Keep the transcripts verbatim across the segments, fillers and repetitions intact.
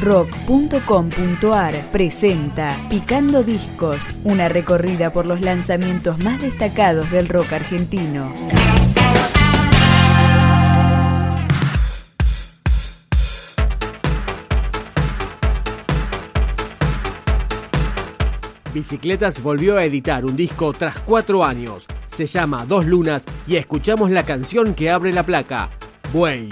rock punto com punto ar presenta Picando Discos, una recorrida por los lanzamientos más destacados del rock argentino. Bicicletas volvió a editar un disco tras cuatro años. Se llama Dos Lunas y escuchamos la canción que abre la placa, Buey.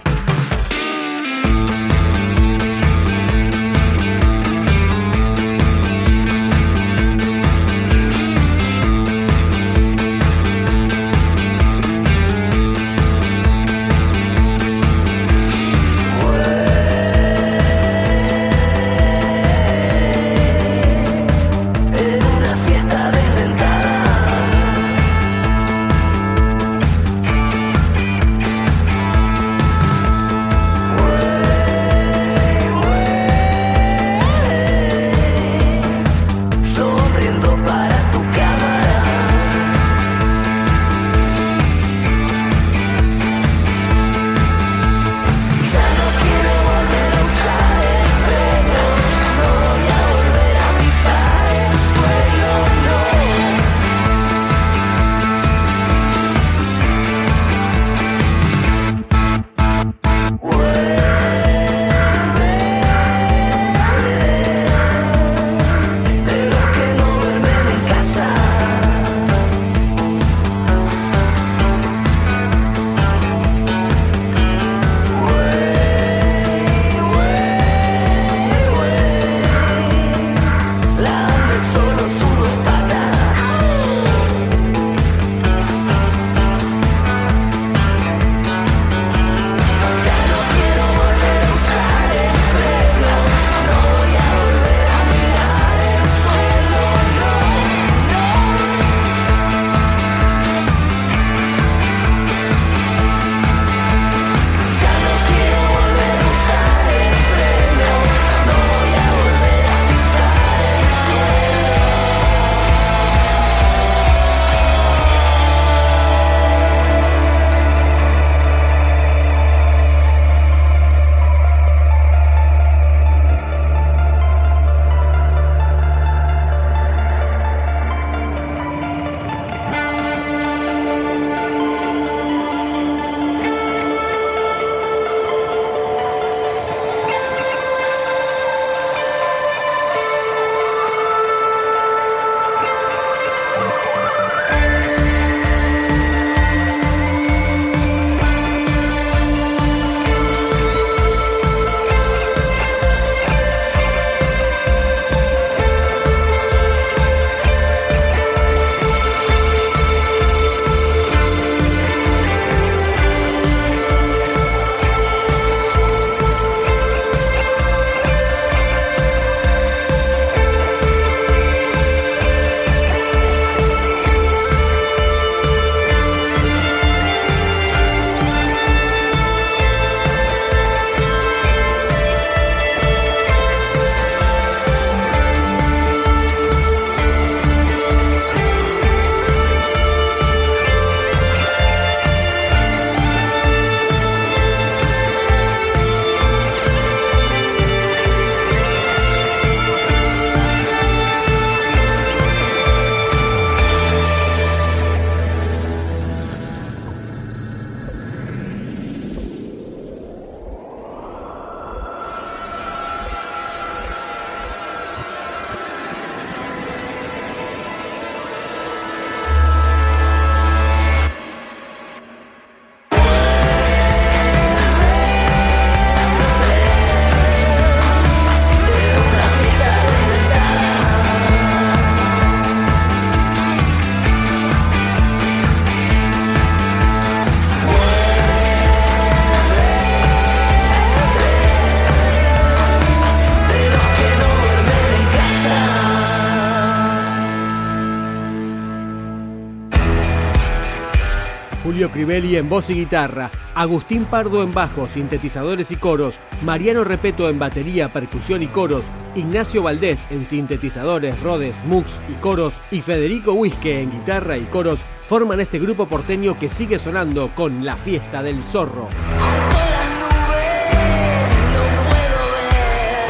Julio Crivelli en voz y guitarra, Agustín Pardo en bajo, sintetizadores y coros, Mariano Repeto en batería, percusión y coros, Ignacio Valdés en sintetizadores, rodes, mux y coros y Federico Huisque en guitarra y coros forman este grupo porteño que sigue sonando con La Fiesta del Zorro. Alto las nubes, lo puedo ver.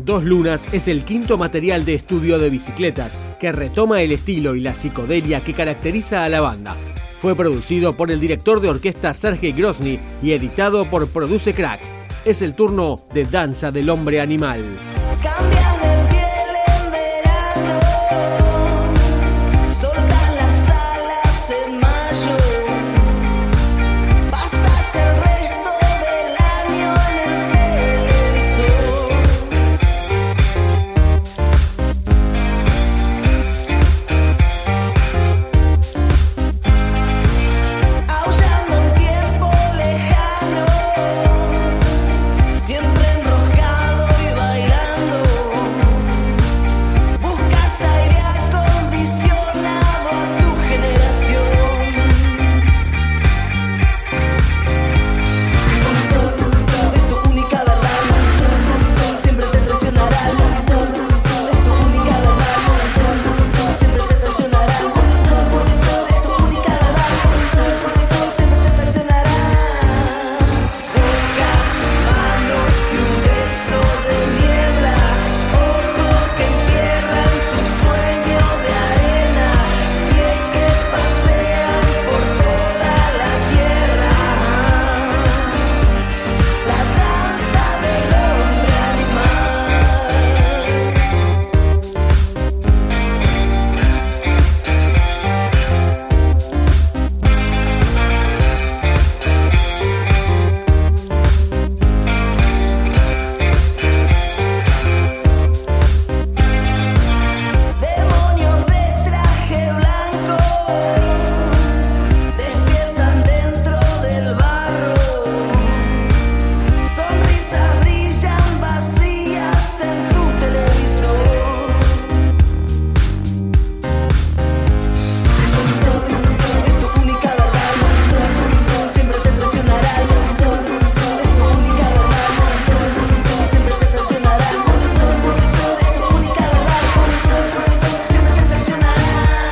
Dos Lunas es el quinto material de estudio de bicicletas que retoma el estilo y la psicodelia que caracteriza a la banda. Fue producido por el director de orquesta Sergei Grozny y editado por Produce Crack. Es el turno de Danza del Hombre Animal. Cambia de piel en verano, soltas las alas en mayo, pasas el resto del año en el televisor, aullando un tiempo lejano, siempre enroscado y bailando. Buscas aire acondicionado a tu generación. Es tu única verdad, siempre te traicionará. Es tu única verdad, siempre te traicionará. Es tu única verdad, siempre te traicionará. Pocas manos y un beso de niebla, ojos que entierran tu sueño de arena, pies que pasean por toda la tierra. La danza del hombre animal. Demonios de traje blanco despiertan dentro del barro. Sonrisas brillan vacías en tu televisor. Es tu única verdad, siempre te traicionará. Es tu única verdad, siempre te traicionará. Es tu única verdad, siempre te traicionará.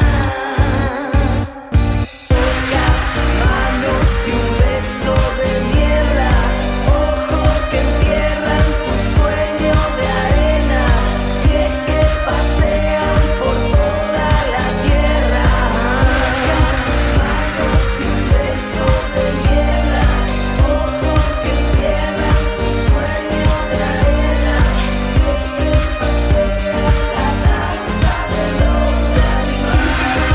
Pocas manos y un beso de niebla, ojos que entierran tu sueño de arena, pies que pasean por toda la tierra. Pocas manos y un beso de niebla, ojos que entierran tu sueño de arena, pies que pasean. La danza del hombre animal.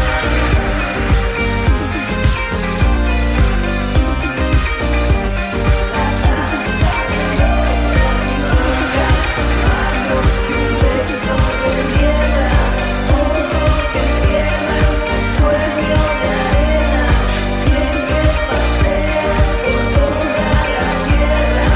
Manos y un beso de niebla, ojos que entierran tu sueño de arena, pies que pasean por toda la tierra.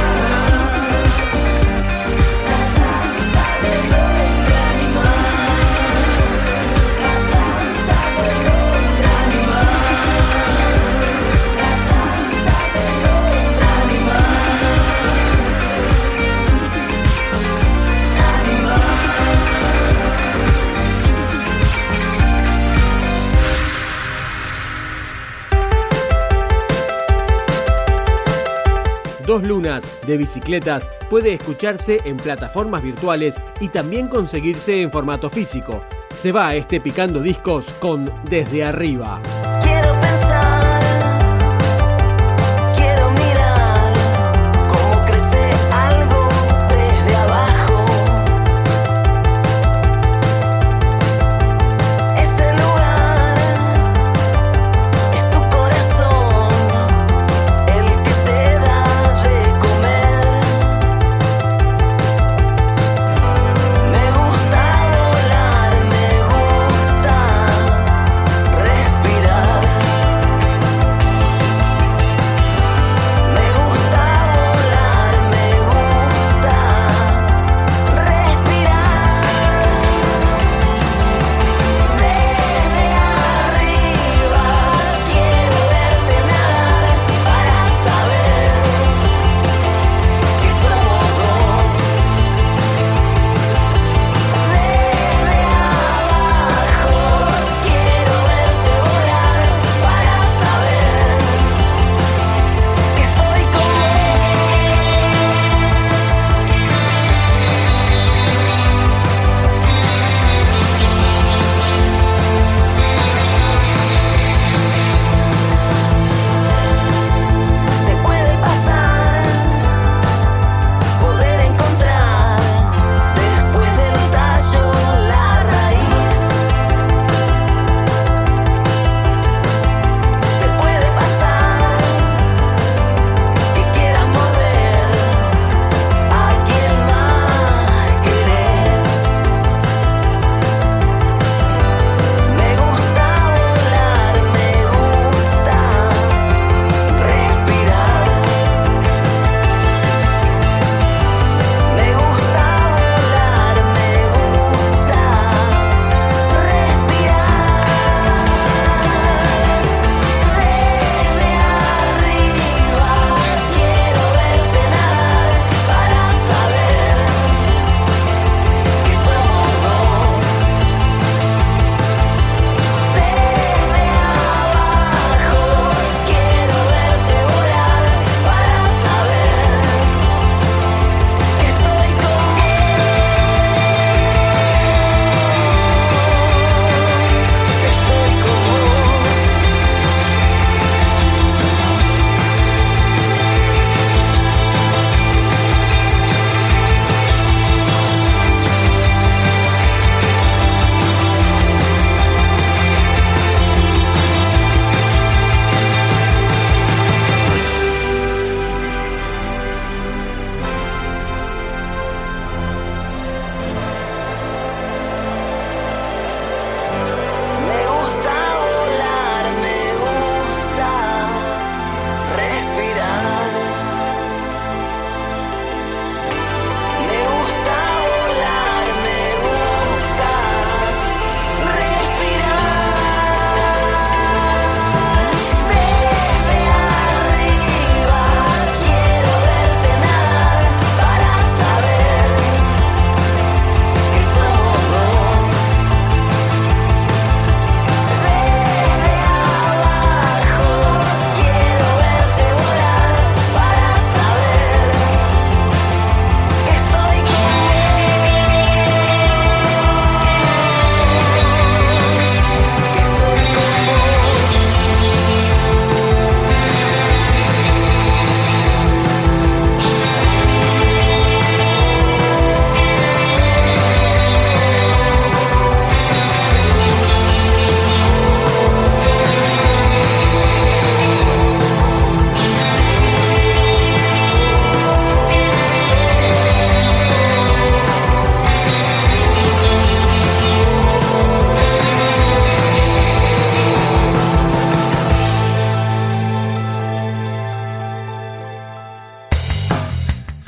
La danza del hombre animal. La danza del hombre animal. La danza del hombre animal. Dos Lunas de Bicicletas puede escucharse en plataformas virtuales y también conseguirse en formato físico. Se va este Picando Discos con Desde Arriba. Quiero pensar, quiero mirar cómo crece algo desde abajo. Ese lugar es tu corazón, el que te da de comer. Me gusta volar, me gusta respirar.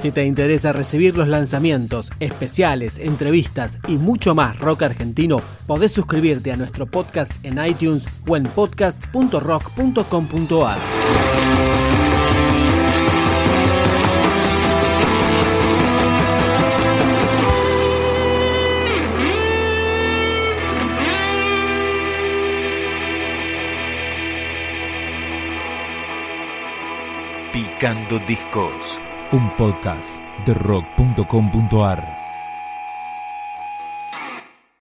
Si te interesa recibir los lanzamientos, especiales, entrevistas y mucho más rock argentino, podés suscribirte a nuestro podcast en iTunes o en podcast punto rock punto com punto ar. Picando Discos, un podcast de rock punto com punto ar.